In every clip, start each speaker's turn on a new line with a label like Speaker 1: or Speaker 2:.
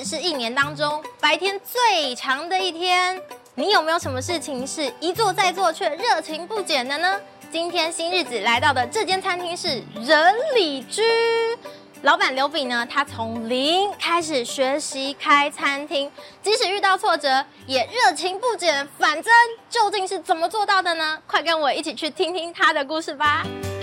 Speaker 1: 是一年当中白天最长的一天。你有没有什么事情是一做再做却热情不减的呢？今天新日子来到的这间餐厅是仁里居。老板刘比呢，他从零开始学习开餐厅，即使遇到挫折，也热情不减反增。究竟是怎么做到的呢？快跟我一起去听听他的故事吧。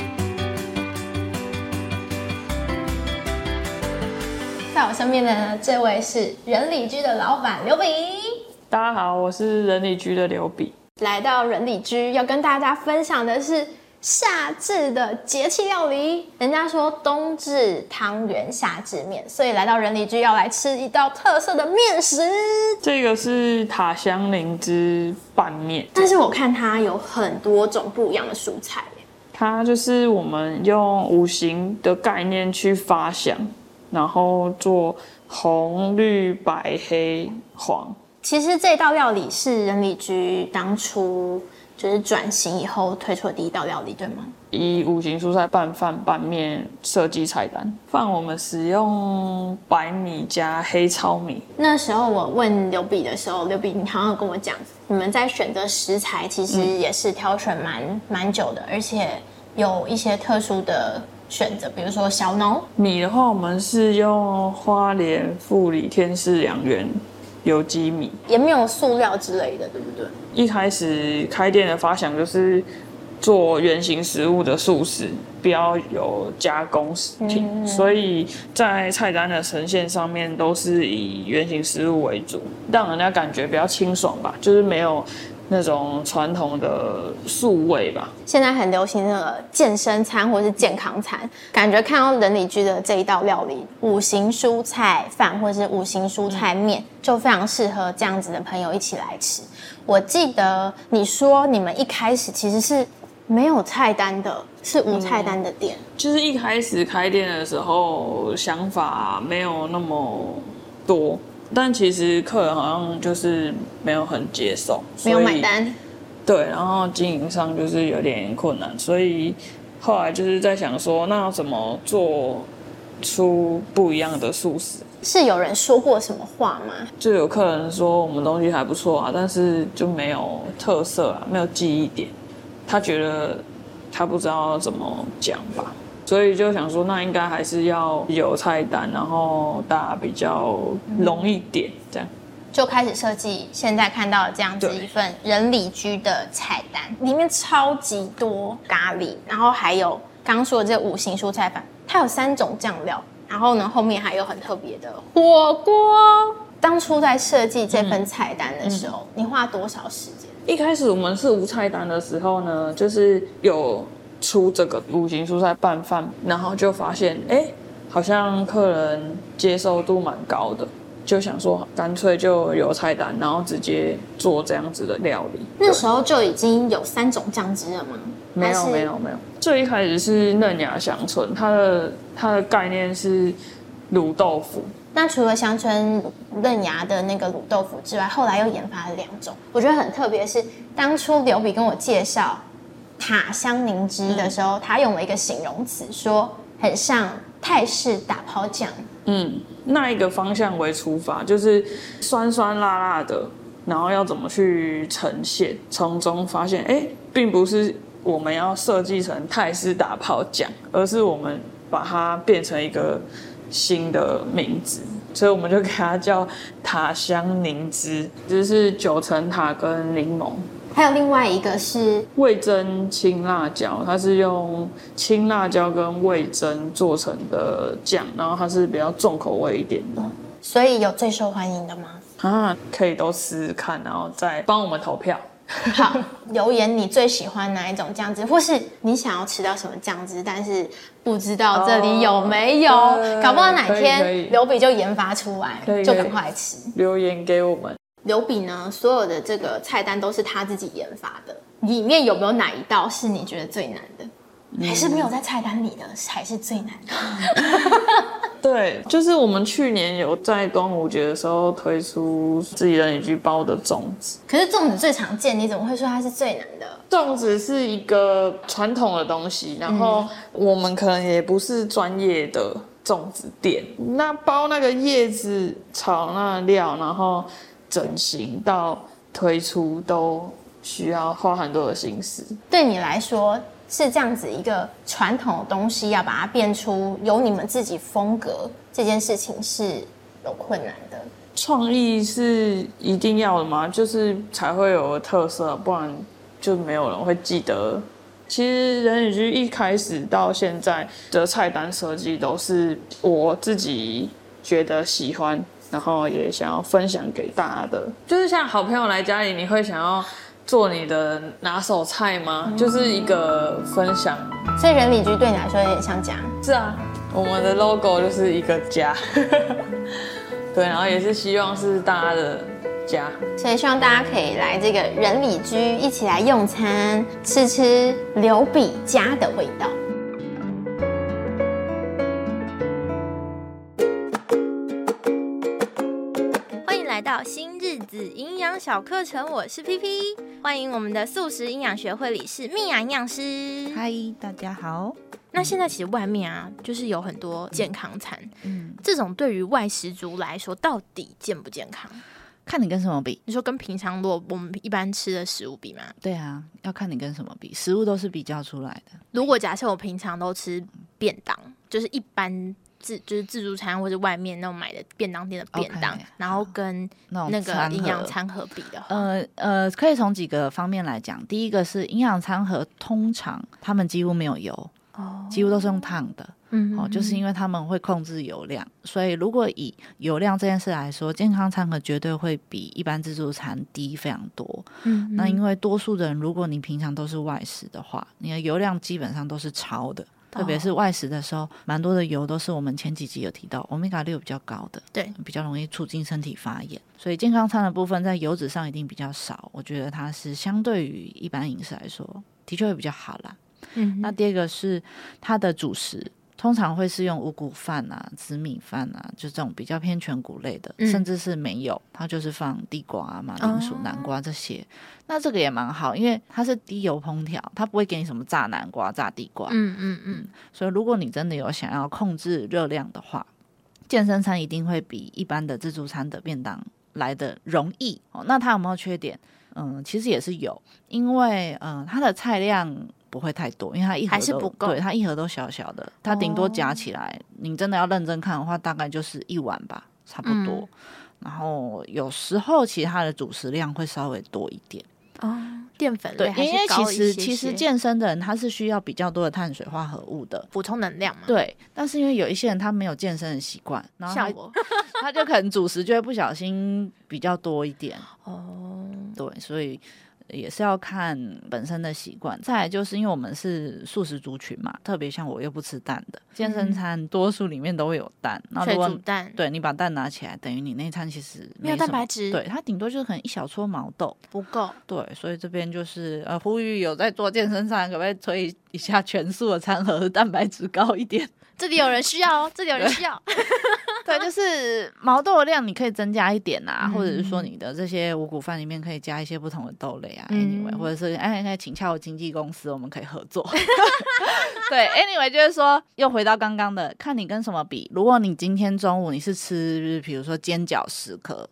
Speaker 1: 在我身边的呢，这位是仁里居的老板刘比。
Speaker 2: 大家好，我是仁里居的刘比。
Speaker 1: 来到仁里居，要跟大家分享的是夏至的节气料理。人家说冬至汤圆，夏至面，所以来到仁里居要来吃一道特色的面食。
Speaker 2: 这个是塔香灵芝拌面，
Speaker 1: 但是我看它有很多种不一样的蔬菜。
Speaker 2: 它就是我们用五行的概念去发想，然后做红、绿、白、黑、黄。
Speaker 1: 其实这道料理是仁里居当初就是转型以后推出的第一道料理，对吗？
Speaker 2: 以五行蔬菜拌饭、拌面设计菜单。饭我们使用白米加黑糙米。
Speaker 1: 那时候我问刘比的时候，刘比你好像跟我讲，你们在选择食材其实也是挑选蛮久的，而且有一些特殊的选择，比如说小农
Speaker 2: 米的话，我们是用花莲富里天士良缘有机米，
Speaker 1: 也没有塑料之类的，对不对？
Speaker 2: 一开始开店的发想就是做原型食物的素食，不要有加工食品，所以在菜单的呈现上面都是以原型食物为主，让人家感觉比较清爽吧，就是没有那种传统的素味吧。
Speaker 1: 现在很流行那个健身餐或是健康餐，感觉看到仁里居的这一道料理，五行蔬菜饭或是五行蔬菜面，就非常适合这样子的朋友一起来吃。我记得你说你们一开始其实是没有菜单的，是无菜单的店。
Speaker 2: 就是一开始开店的时候想法没有那么多，但其实客人好像就是没有很接受，
Speaker 1: 没有买单。
Speaker 2: 对，然后经营上就是有点困难，所以后来就是在想说，那要怎么做出不一样的素食？
Speaker 1: 是有人说过什么话吗？
Speaker 2: 就有客人说我们东西还不错啊，但是就没有特色啊，没有记忆点。他觉得他不知道怎么讲吧，所以就想说，那应该还是要有菜单，然后大家比较容易点这样。
Speaker 1: 就开始设计现在看到的这样子一份仁里居的菜单，里面超级多咖喱，然后还有刚刚说的这个五行蔬菜饭，它有3种酱料，然后呢后面还有很特别的火锅。当初在设计这份菜单的时候，你花多少时间？
Speaker 2: 一开始我们是无菜单的时候呢，就是有出这个五行蔬菜拌饭，然后就发现好像客人接受度蛮高的。就想说干脆就有菜单，然后直接做这样子的料理。
Speaker 1: 那时候就已经有3种酱汁了吗？
Speaker 2: 没有。最一开始是嫩芽香椿，它的概念是卤豆腐。
Speaker 1: 那除了香椿嫩芽的那个卤豆腐之外，后来又研发了2种。我觉得很特别是，当初刘比跟我介绍塔香灵芝的时候，他用了一个形容词，说很像泰式打抛酱。
Speaker 2: 那一个方向为出发，就是酸酸辣辣的，然后要怎么去呈现，从中发现，并不是我们要设计成泰式打泡酱，而是我们把它变成一个新的名字，所以我们就给它叫塔香灵芝，就是9层塔跟柠檬。
Speaker 1: 还有另外一个是
Speaker 2: 味噌青辣椒，它是用青辣椒跟味噌做成的酱，然后它是比较重口味一点的。
Speaker 1: 所以有最受欢迎的吗？
Speaker 2: 可以都试试看，然后再帮我们投票。
Speaker 1: 好，留言你最喜欢哪一种酱汁，或是你想要吃到什么酱汁，但是不知道这里有没有，搞不好哪天刘比就研发出来，就赶快吃。
Speaker 2: 留言给我们。
Speaker 1: 刘比呢，所有的这个菜单都是他自己研发的，里面有没有哪一道是你觉得最难的？还是没有在菜单里的才是最难的？
Speaker 2: 对，就是我们去年有在端午节的时候推出自己仁里居包的粽子。
Speaker 1: 可是粽子最常见，你怎么会说它是最难的？
Speaker 2: 粽子是一个传统的东西，然后我们可能也不是专业的粽子店，那包那个叶子、炒那料，然后整形到推出都需要花很多的心思。
Speaker 1: 对你来说是这样子一个传统的东西，要把它变出有你们自己风格，这件事情是有困难的。
Speaker 2: 创意是一定要的吗？就是才会有特色，不然就没有人会记得。其实人语居一开始到现在的菜单设计都是我自己觉得喜欢，然后也想要分享给大家的。就是像好朋友来家里，你会想要做你的拿手菜吗？就是一个分享。
Speaker 1: 所以人理居对你来说有点像家。
Speaker 2: 是啊，我们的 logo 就是一个家。对，然后也是希望是大家的家，
Speaker 1: 所以希望大家可以来这个人理居一起来用餐，吃吃刘比家的味道。欢迎来到新日子营养小课程，我是 PP， 欢迎我们的素食营养学会理事蜜雅营养师。
Speaker 3: 嗨，大家好。
Speaker 1: 那现在其实外面啊，就是有很多健康餐，这种对于外食族来说，到底健不健康？
Speaker 3: 看你跟什么比。
Speaker 1: 你说跟平常如果我们一般吃的食物比吗？
Speaker 3: 对啊，要看你跟什么比，食物都是比较出来的。
Speaker 1: 如果假设我平常都吃便当，就是一般就是自助餐或者外面那种买的便当店的便当， 然后跟那个营养餐盒比的话，
Speaker 3: 可以从几个方面来讲。第一个是营养餐盒，通常他们几乎没有油，几乎都是用烫的。就是因为他们会控制油量，所以如果以油量这件事来说，健康餐盒绝对会比一般自助餐低非常多。那因为多数的人，如果你平常都是外食的话，你的油量基本上都是超的。特别是外食的时候，蛮多的油都是我们前几集有提到 Omega 6比较高的，
Speaker 1: 对，
Speaker 3: 比较容易促进身体发炎。所以健康餐的部分在油脂上一定比较少，我觉得它是相对于一般饮食来说，的确会比较好啦。那第二个是它的主食。通常会是用五谷饭啊、紫米饭啊，就这种比较偏全谷类的，甚至是没有，它就是放地瓜、马铃薯、南瓜这些。那这个也蛮好，因为它是低油烹调，它不会给你什么炸南瓜、炸地瓜。所以如果你真的有想要控制热量的话，健身餐一定会比一般的自助餐的便当来的容易。那它有没有缺点？其实也是有，因为它的菜量不会太多，因为它一盒都还是不够，对，它一盒都小小的，它顶多夹起来，你真的要认真看的话，大概就是一碗吧，差不多。然后有时候其他的主食量会稍微多一点。
Speaker 1: 淀粉类还是高一些些，
Speaker 3: 因为其实健身的人他是需要比较多的碳水化合物的，
Speaker 1: 补充能量嘛。
Speaker 3: 对，但是因为有一些人他没有健身的习惯，然后像我他就可能主食就会不小心比较多一点。对，所以也是要看本身的习惯。再来就是因为我们是素食族群嘛，特别像我又不吃蛋的，健身餐多数里面都会有蛋，然后如果
Speaker 1: 水煮蛋，
Speaker 3: 对，你把蛋拿起来，等于你那一餐其实
Speaker 1: 没有蛋白质，
Speaker 3: 对，它顶多就是可能一小撮毛豆
Speaker 1: 不够。
Speaker 3: 对，所以这边就是呼吁有在做健身餐，可不可以推一下全素的餐盒，蛋白质高一点？
Speaker 1: 这里有人需要哦，这里有人需要。
Speaker 3: 对，就是毛豆的量你可以增加一点啊，或者是说你的这些五谷饭里面可以加一些不同的豆类啊，anyway， 或者是请洽我经纪公司，我们可以合作。对 ，anyway， 就是说又回到刚刚的，看你跟什么比。如果你今天中午你是吃，比如说煎饺10颗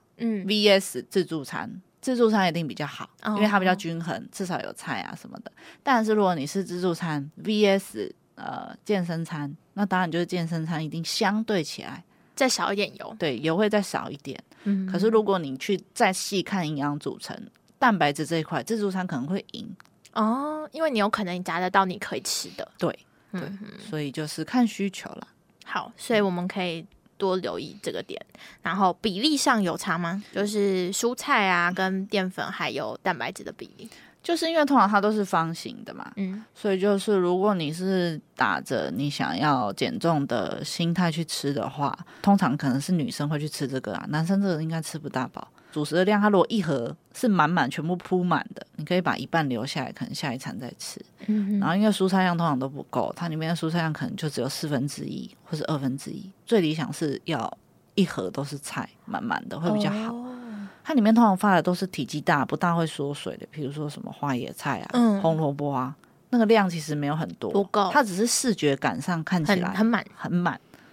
Speaker 3: ，vs 自助餐。自助餐一定比较好，因为它比较均衡，至少有菜啊什么的。但是如果你是自助餐 vs 健身餐，那当然就是健身餐一定相对起来
Speaker 1: 再少一点油，
Speaker 3: 对，油会再少一点。可是如果你去再细看营养组成，蛋白质这一块，自助餐可能会赢
Speaker 1: 因为你有可能夹得到你可以吃的。
Speaker 3: 对，所以就是看需求啦。
Speaker 1: 好，所以我们可以多留意这个点。然后比例上有差吗？就是蔬菜啊跟淀粉还有蛋白质的比例。
Speaker 3: 就是因为通常它都是方形的嘛，所以就是如果你是打着你想要减重的心态去吃的话，通常可能是女生会去吃这个啊，男生这个应该吃不大饱。主食的量，它如果一盒是满满全部铺满的，你可以把一半留下来，可能下一餐再吃。然后因为蔬菜量通常都不够，它里面的蔬菜量可能就只有1/4或是1/2，最理想是要一盒都是菜满满的会比较好。它里面通常发的都是体积大不大会缩水的，比如说什么花椰菜啊、红萝卜啊，那个量其实没有很多，
Speaker 1: 不够，
Speaker 3: 它只是视觉感上看起来
Speaker 1: 很满，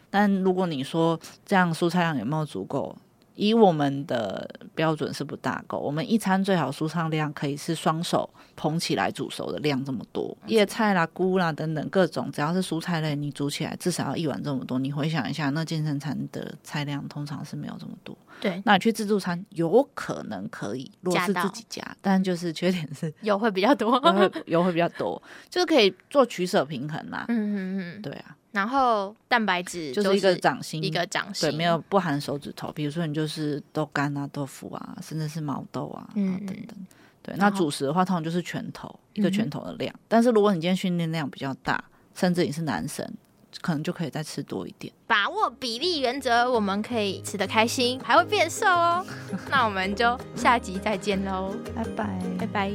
Speaker 3: 但如果你说这样蔬菜量有没有足够，以我们的标准是不大够，我们一餐最好蔬菜量可以是双手捧起来煮熟的量这么多，叶菜啦、菇啦等等各种，只要是蔬菜类，你煮起来至少要1碗这么多。你回想一下，那健身餐的菜量通常是没有这么多。
Speaker 1: 对，
Speaker 3: 那你去自助餐有可能可以，如果是自己加，但就是缺点是
Speaker 1: 油会比较多，
Speaker 3: 油会比较多，就是可以做取舍平衡啦。对啊。
Speaker 1: 然后蛋白质
Speaker 3: 就是一个掌心，
Speaker 1: 一个掌心，
Speaker 3: 对，没有不含手指头。比如说你就是豆干啊、豆腐啊，甚至是毛豆啊，等等。对，那主食的话，通常就是拳头，一个拳头的量。但是如果你今天训练量比较大，甚至你是男生，可能就可以再吃多一点。
Speaker 1: 把握比例原则，我们可以吃得开心，还会变瘦哦。那我们就下集再见喽，
Speaker 3: 拜拜，
Speaker 1: 拜拜。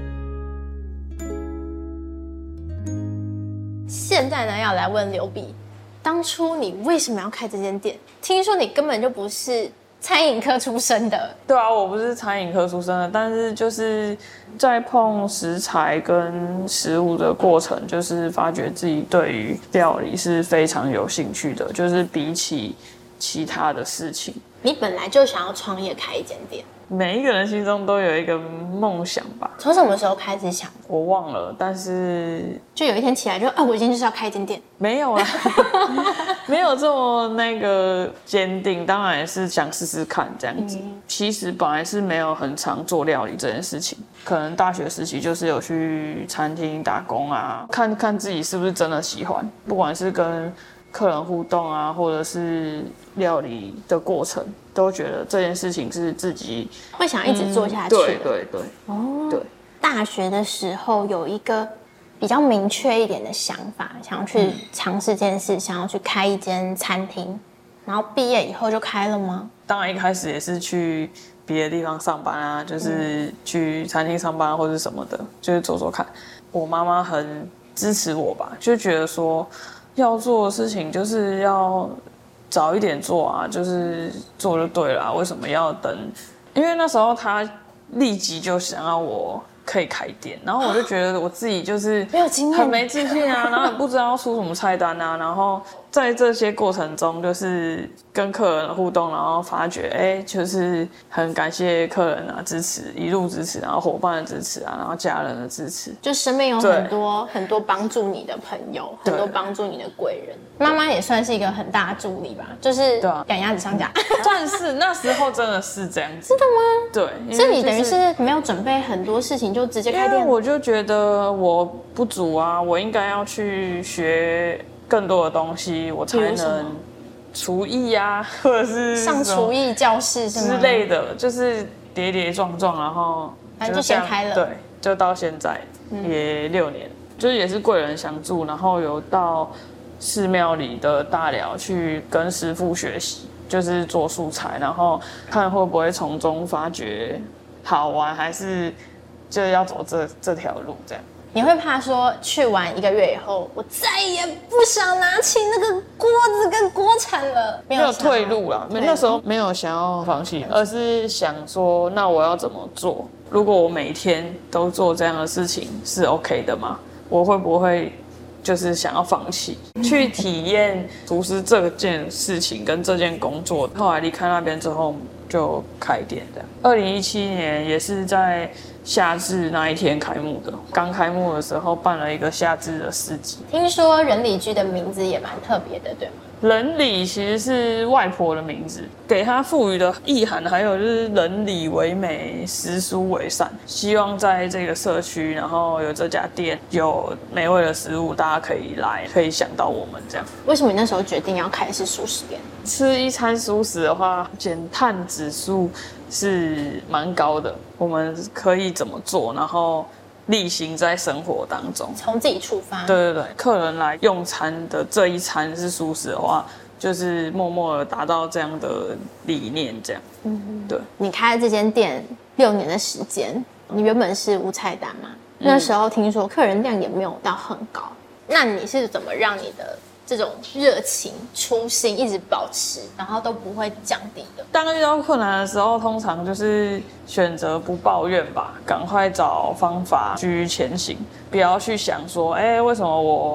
Speaker 1: 现在呢，要来问刘比，当初你为什么要开这间店？听说你根本就不是餐饮科出身的。
Speaker 2: 对啊，我不是餐饮科出身的，但是就是在碰食材跟食物的过程，就是发觉自己对于料理是非常有兴趣的，就是比起其他的事情。
Speaker 1: 你本来就想要创业开一间店，
Speaker 2: 每一个人心中都有一个梦想吧？
Speaker 1: 从什么时候开始想？
Speaker 2: 我忘了，但是
Speaker 1: 就有一天起来就我今天就是要开一间店。
Speaker 2: 没有啦，没有这么那个坚定，当然也是想试试看这样子。其实本来是没有很常做料理这件事情，可能大学时期就是有去餐厅打工啊，看看自己是不是真的喜欢，不管是跟客人互动啊，或者是料理的过程，都觉得这件事情是自己
Speaker 1: 会想一直做下去。
Speaker 2: 对。对。
Speaker 1: 大学的时候有一个比较明确一点的想法，想要去尝试这件事，想要去开一间餐厅。然后毕业以后就开了吗？
Speaker 2: 当然一开始也是去别的地方上班啊，就是去餐厅上班或者什么的，就是做做看。我妈妈很支持我吧，就觉得说要做的事情就是要早一点做啊，就是做就对了，为什么要等？因为那时候她立即就想要我可以开店，然后我就觉得我自己就是
Speaker 1: 没有经验，
Speaker 2: 很没自信啊，然后也不知道要出什么菜单啊，然后在这些过程中，就是跟客人互动，然后发觉，就是很感谢客人啊支持，一路支持，然后伙伴的支持啊，然后家人的支持，
Speaker 1: 就身边有很多很多帮助你的朋友，很多帮助你的贵人。妈妈也算是一个很大的助力吧，就是赶鸭子上架。
Speaker 2: 算是那时候真的是这样子。
Speaker 1: 真的吗？
Speaker 2: 对，
Speaker 1: 所以你等于是没有准备很多事情就直接开店。
Speaker 2: 因为我就觉得我不足啊，我应该要去学更多的东西，我才能厨艺啊，或者是
Speaker 1: 上厨艺教室
Speaker 2: 之类的，就是跌跌撞撞，然后
Speaker 1: 就先开了。
Speaker 2: 对，就到现在也6年，就是也是贵人相助，然后有到寺庙里的大寮去跟师傅学习，就是做素材，然后看会不会从中发掘好玩，还是就要走这条路这样。
Speaker 1: 你会怕说去完1个月以后，我再也不想拿起那个锅子跟锅铲了？
Speaker 2: 没有退路啦，那时候没有想要放弃，而是想说，那我要怎么做？如果我每天都做这样的事情是 OK 的吗？我会不会就是想要放弃，去体验厨师这件事情跟这件工作？后来离开那边之后就开店的。2017年也是在夏至那一天开幕的，刚开幕的时候办了一个夏至的市集。
Speaker 1: 听说仁里居的名字也蛮特别的，对吗？
Speaker 2: 仁里其实是外婆的名字，给她赋予的意涵，还有就是仁里为美，诗书为善。希望在这个社区，然后有这家店，有美味的食物，大家可以来，可以想到我们这样。
Speaker 1: 为什么你那时候决定要开的是素食店？
Speaker 2: 吃一餐素食的话，减碳指数是蛮高的。我们可以怎么做，然后例行在生活当中，
Speaker 1: 从自己出发。
Speaker 2: 对，客人来用餐的这一餐是素食的话，就是默默的达到这样的理念，这样。对。你
Speaker 1: 开了这间店6年的时间，你原本是无菜单嘛？那时候听说客人量也没有到很高，那你是怎么让你的这种热情、初心一直保持，然后都不会降低的？
Speaker 2: 当遇到困难的时候，通常就是选择不抱怨吧，赶快找方法继续前行，不要去想说，为什么我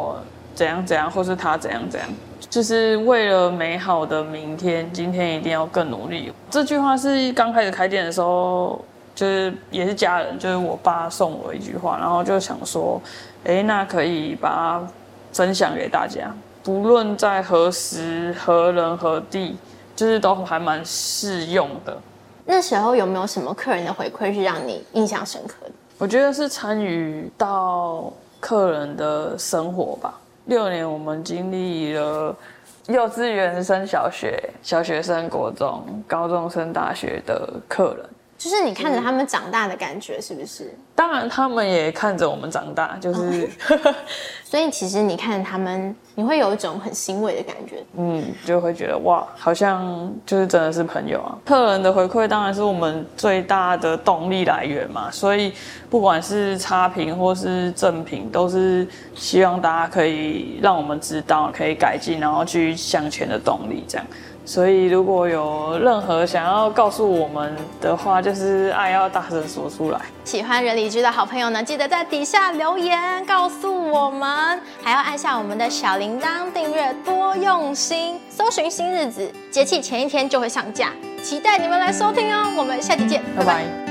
Speaker 2: 怎样怎样，或是他怎样怎样，就是为了美好的明天，今天一定要更努力。这句话是刚开始开店的时候，就是也是家人，就是我爸送我一句话，然后就想说，那可以把它分享给大家，不论在何时何人何地，就是都还蛮适用的。
Speaker 1: 那时候有没有什么客人的回馈是让你印象深刻的？
Speaker 2: 我觉得是参与到客人的生活吧。6年我们经历了幼稚园升小学、小学升国中、高中升大学的客人，
Speaker 1: 就是你看着他们长大的感觉，是不是？
Speaker 2: 当然他们也看着我们长大，就是
Speaker 1: 所以其实你看他们，你会有一种很欣慰的感觉。
Speaker 2: 就会觉得哇，好像就是真的是朋友啊。客人的回馈当然是我们最大的动力来源嘛，所以不管是差评或是正评，都是希望大家可以让我们知道可以改进，然后去向前的动力这样。所以如果有任何想要告诉我们的话，就是爱要大声说出来。
Speaker 1: 喜欢人理之的好朋友呢，记得在底下留言告诉我们，还要按下我们的小铃铛订阅多用心，搜寻新日子，节气前一天就会上架，期待你们来收听哦。我们下期见，拜拜。